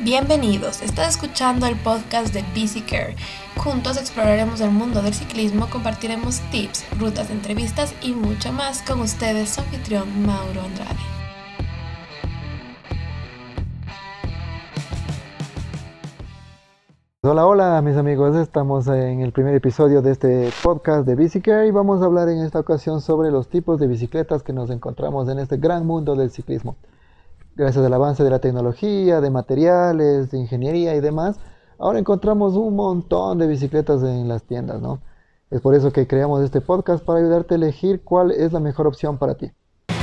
Bienvenidos, estás escuchando el podcast de BiciCare. Juntos exploraremos el mundo del ciclismo, compartiremos tips, rutas, entrevistas y mucho más. Con ustedes, su anfitrión Mauro Andrade. Hola mis amigos, estamos en el primer episodio de este podcast de BiciCare y vamos a hablar en esta ocasión sobre los tipos de bicicletas que nos encontramos en este gran mundo del ciclismo. Gracias al avance de la tecnología, de materiales, de ingeniería y demás, ahora encontramos un montón de bicicletas en las tiendas, ¿no? Es por eso que creamos este podcast para ayudarte a elegir cuál es la mejor opción para ti.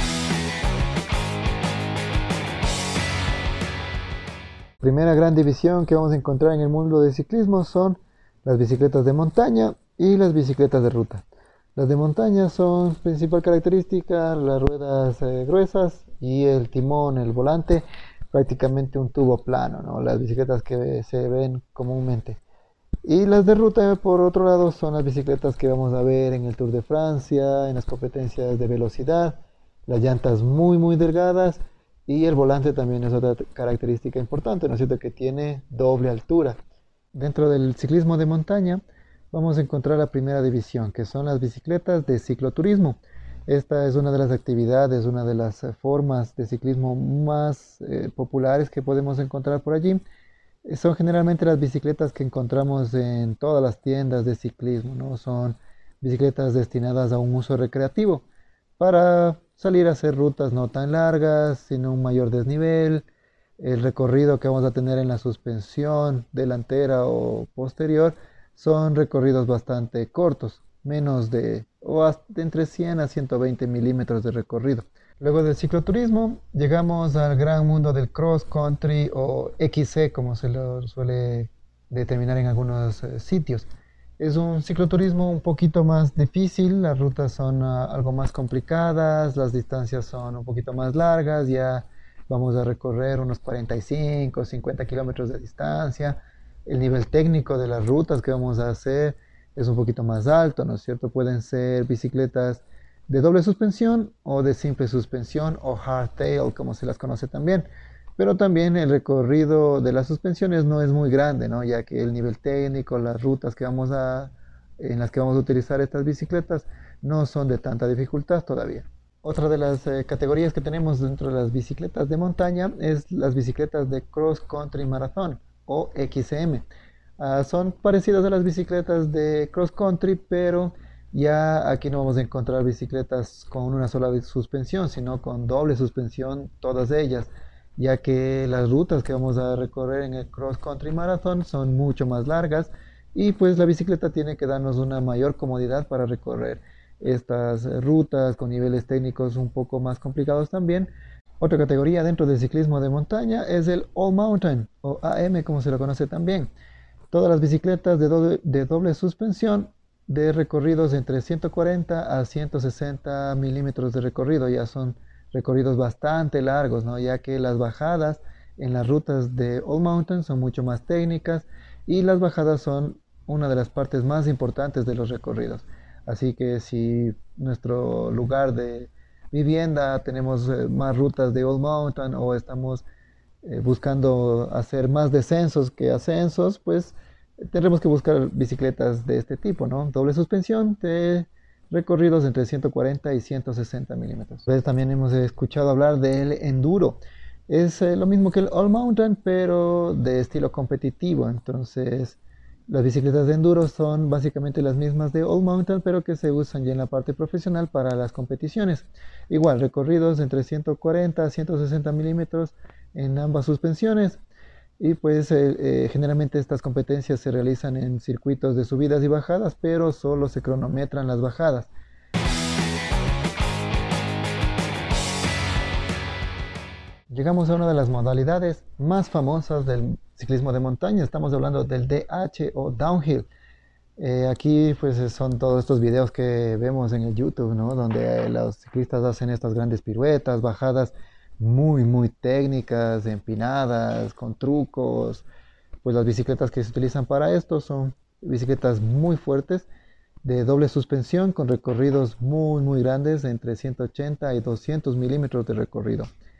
Primera gran división que vamos a encontrar en el mundo del ciclismo son las bicicletas de montaña y las bicicletas de ruta. Las de montaña son principal característica las ruedas gruesas y el timón, el volante, prácticamente un tubo plano, ¿no? Las bicicletas que se ven comúnmente. Y las de ruta, por otro lado, son las bicicletas que vamos a ver en el Tour de Francia, en las competencias de velocidad, las llantas muy delgadas y el volante también es otra característica importante, ¿no es cierto?, que tiene doble altura. Dentro del ciclismo de montaña vamos a encontrar la primera división, que son las bicicletas de cicloturismo. Esta es una de las actividades, una de las formas de ciclismo más populares que podemos encontrar por allí. Son generalmente las bicicletas que encontramos en todas las tiendas de ciclismo, ¿no? Son bicicletas destinadas a un uso recreativo, para salir a hacer rutas no tan largas, sino un mayor desnivel. El recorrido que vamos a tener en la suspensión delantera o posterior son recorridos bastante cortos, menos de entre 100 a 120 milímetros de recorrido. Luego del cicloturismo llegamos al gran mundo del cross country o XC, como se lo suele determinar en algunos sitios. Es un cicloturismo un poquito más difícil, las rutas son algo más complicadas, las distancias son un poquito más largas, ya vamos a recorrer unos 45 o 50 kilómetros de distancia. El nivel técnico de las rutas que vamos a hacer es un poquito más alto, ¿no es cierto? Pueden ser bicicletas de doble suspensión o de simple suspensión o hardtail, como se las conoce también. Pero también el recorrido de las suspensiones no es muy grande, ¿no? Ya que el nivel técnico, las rutas en las que vamos a utilizar estas bicicletas no son de tanta dificultad todavía. Otra de las categorías que tenemos dentro de las bicicletas de montaña es las bicicletas de Cross Country Marathon o XCM. Son parecidas a las bicicletas de Cross Country, pero ya aquí no vamos a encontrar bicicletas con una sola suspensión, sino con doble suspensión todas ellas, ya que las rutas que vamos a recorrer en el Cross Country Marathon son mucho más largas y pues la bicicleta tiene que darnos una mayor comodidad para recorrer estas rutas con niveles técnicos un poco más complicados también. Otra categoría dentro del ciclismo de montaña es el All Mountain o AM, como se lo conoce también. Todas las bicicletas de doble suspensión de recorridos entre 140 a 160 milímetros de recorrido, ya son recorridos bastante largos, ¿no? Ya que las bajadas en las rutas de All Mountain son mucho más técnicas y las bajadas son una de las partes más importantes de los recorridos. Así que si nuestro lugar de vivienda tenemos más rutas de All Mountain o estamos buscando hacer más descensos que ascensos, pues tendremos que buscar bicicletas de este tipo, ¿no? Doble suspensión de recorridos entre 140 y 160 milímetros. Entonces también hemos escuchado hablar del enduro. Es lo mismo que el All Mountain, pero de estilo competitivo. Entonces, las bicicletas de enduro son básicamente las mismas de All Mountain, pero que se usan ya en la parte profesional para las competiciones. Igual, recorridos entre 140 a 160 milímetros en ambas suspensiones. Y pues generalmente estas competencias se realizan en circuitos de subidas y bajadas, pero solo se cronometran las bajadas. Llegamos a una de las modalidades más famosas del ciclismo de montaña. Estamos hablando del DH o Downhill. Aquí pues son todos estos videos que vemos en el YouTube, ¿no? Donde los ciclistas hacen estas grandes piruetas, bajadas muy técnicas, empinadas, con trucos. Pues las bicicletas que se utilizan para esto son bicicletas muy fuertes, de doble suspensión, con recorridos muy grandes, entre 180 y 200 milímetros de recorrido.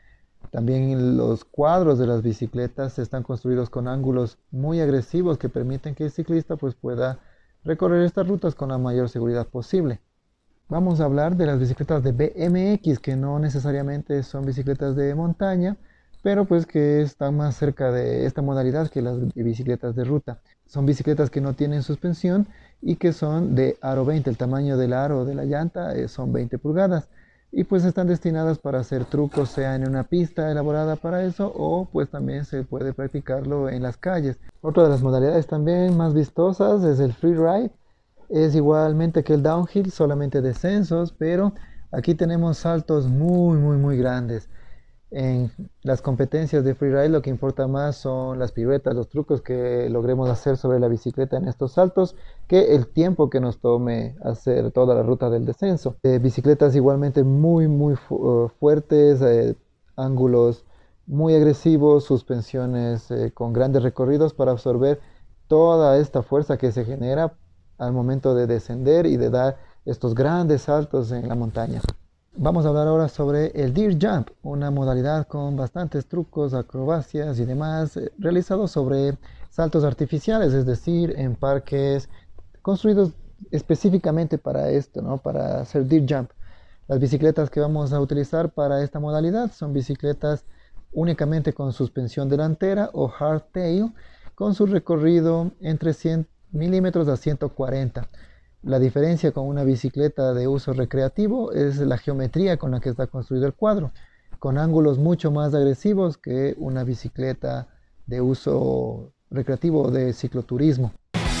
También los cuadros de las bicicletas están construidos con ángulos muy agresivos que permiten que el ciclista pues, pueda recorrer estas rutas con la mayor seguridad posible. Vamos a hablar de las bicicletas de BMX, que no necesariamente son bicicletas de montaña, pero pues que están más cerca de esta modalidad que las bicicletas de ruta. Son bicicletas que no tienen suspensión y que son de aro 20, el tamaño del aro de la llanta son 20 pulgadas. Y pues están destinadas para hacer trucos, sea en una pista elaborada para eso o pues también se puede practicarlo en las calles. Otra de las modalidades también más vistosas es el freeride. Es igualmente que el downhill, solamente descensos, pero aquí tenemos saltos muy grandes. En las competencias de freeride lo que importa más son las piruetas, los trucos que logremos hacer sobre la bicicleta en estos saltos, que el tiempo que nos tome hacer toda la ruta del descenso. Bicicletas igualmente muy fuertes, ángulos muy agresivos, suspensiones con grandes recorridos para absorber toda esta fuerza que se genera al momento de descender y de dar estos grandes saltos en la montaña. Vamos a hablar ahora sobre el Deer Jump, una modalidad con bastantes trucos, acrobacias y demás, realizados sobre saltos artificiales, es decir, en parques construidos específicamente para esto, ¿no? Para hacer Deer Jump. Las bicicletas que vamos a utilizar para esta modalidad son bicicletas únicamente con suspensión delantera o hardtail, con su recorrido entre 100 milímetros a 140. La diferencia con una bicicleta de uso recreativo es la geometría con la que está construido el cuadro, con ángulos mucho más agresivos que una bicicleta de uso recreativo de cicloturismo.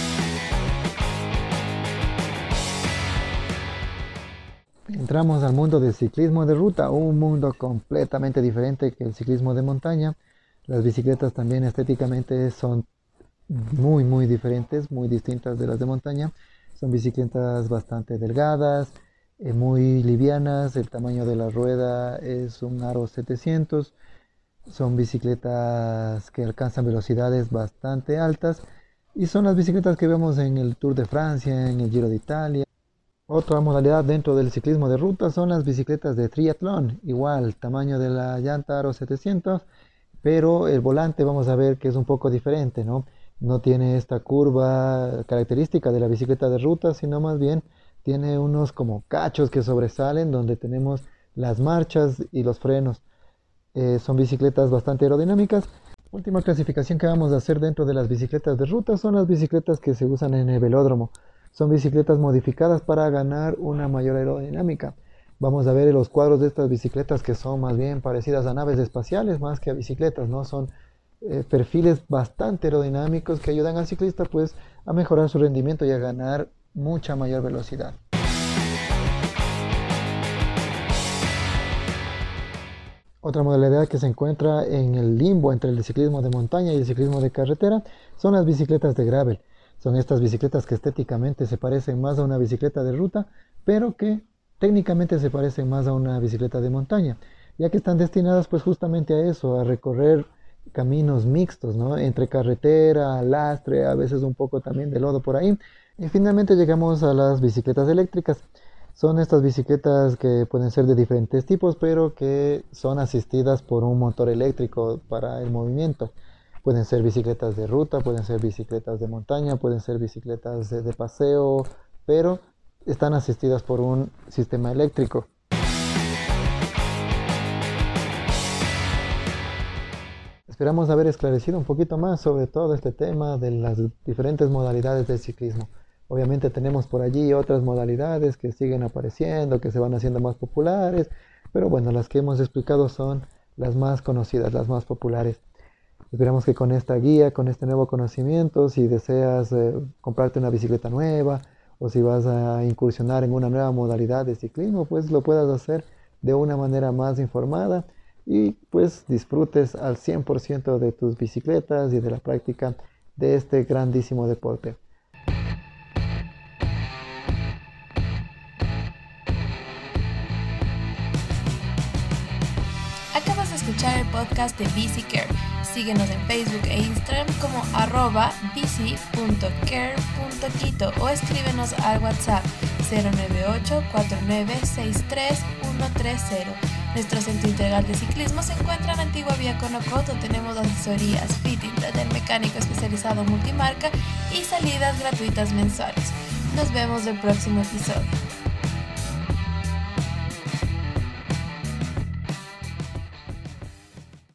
Entramos al mundo del ciclismo de ruta, un mundo completamente diferente que el ciclismo de montaña. Las bicicletas también estéticamente son muy diferentes, muy distintas de las de montaña. Son bicicletas bastante delgadas, muy livianas, el tamaño de la rueda es un aro 700. Son bicicletas que alcanzan velocidades bastante altas y son las bicicletas que vemos en el Tour de Francia, en el Giro de Italia. Otra modalidad dentro del ciclismo de ruta son las bicicletas de triatlón, igual tamaño de la llanta aro 700, pero el volante vamos a ver que es un poco diferente, ¿no? No tiene esta curva característica de la bicicleta de ruta, sino más bien tiene unos como cachos que sobresalen donde tenemos las marchas y los frenos. Son bicicletas bastante aerodinámicas. Última clasificación que vamos a hacer dentro de las bicicletas de ruta son las bicicletas que se usan en el velódromo. Son bicicletas modificadas para ganar una mayor aerodinámica. Vamos a ver los cuadros de estas bicicletas que son más bien parecidas a naves espaciales más que a bicicletas, ¿no? Son perfiles bastante aerodinámicos que ayudan al ciclista pues a mejorar su rendimiento y a ganar mucha mayor velocidad. Otra modalidad que se encuentra en el limbo entre el ciclismo de montaña y el ciclismo de carretera son las bicicletas de gravel. Son estas bicicletas que estéticamente se parecen más a una bicicleta de ruta, pero que técnicamente se parecen más a una bicicleta de montaña, ya que están destinadas pues justamente a eso, a recorrer caminos mixtos, ¿no? Entre carretera, lastre, a veces un poco también de lodo por ahí. Y finalmente llegamos a las bicicletas eléctricas. Son estas bicicletas que pueden ser de diferentes tipos, pero que son asistidas por un motor eléctrico para el movimiento. Pueden ser bicicletas de ruta, pueden ser bicicletas de montaña, pueden ser bicicletas de paseo, pero están asistidas por un sistema eléctrico. Esperamos haber esclarecido un poquito más sobre todo este tema de las diferentes modalidades del ciclismo. Obviamente tenemos por allí otras modalidades que siguen apareciendo, que se van haciendo más populares, pero bueno, las que hemos explicado son las más conocidas, las más populares. Esperamos que con esta guía, con este nuevo conocimiento, si deseas comprarte una bicicleta nueva o si vas a incursionar en una nueva modalidad de ciclismo, pues lo puedas hacer de una manera más informada y pues disfrutes al 100% de tus bicicletas y de la práctica de este grandísimo deporte. Acabas de escuchar el podcast de BiciCare. Síguenos en Facebook e Instagram como @bici.care.quito o escríbenos al WhatsApp 098 4963 130. Nuestro centro integral de ciclismo se encuentra en Antigua Vía Conocoto. Tenemos asesorías, fitting, taller mecánico especializado multimarca y salidas gratuitas mensuales. Nos vemos el próximo episodio.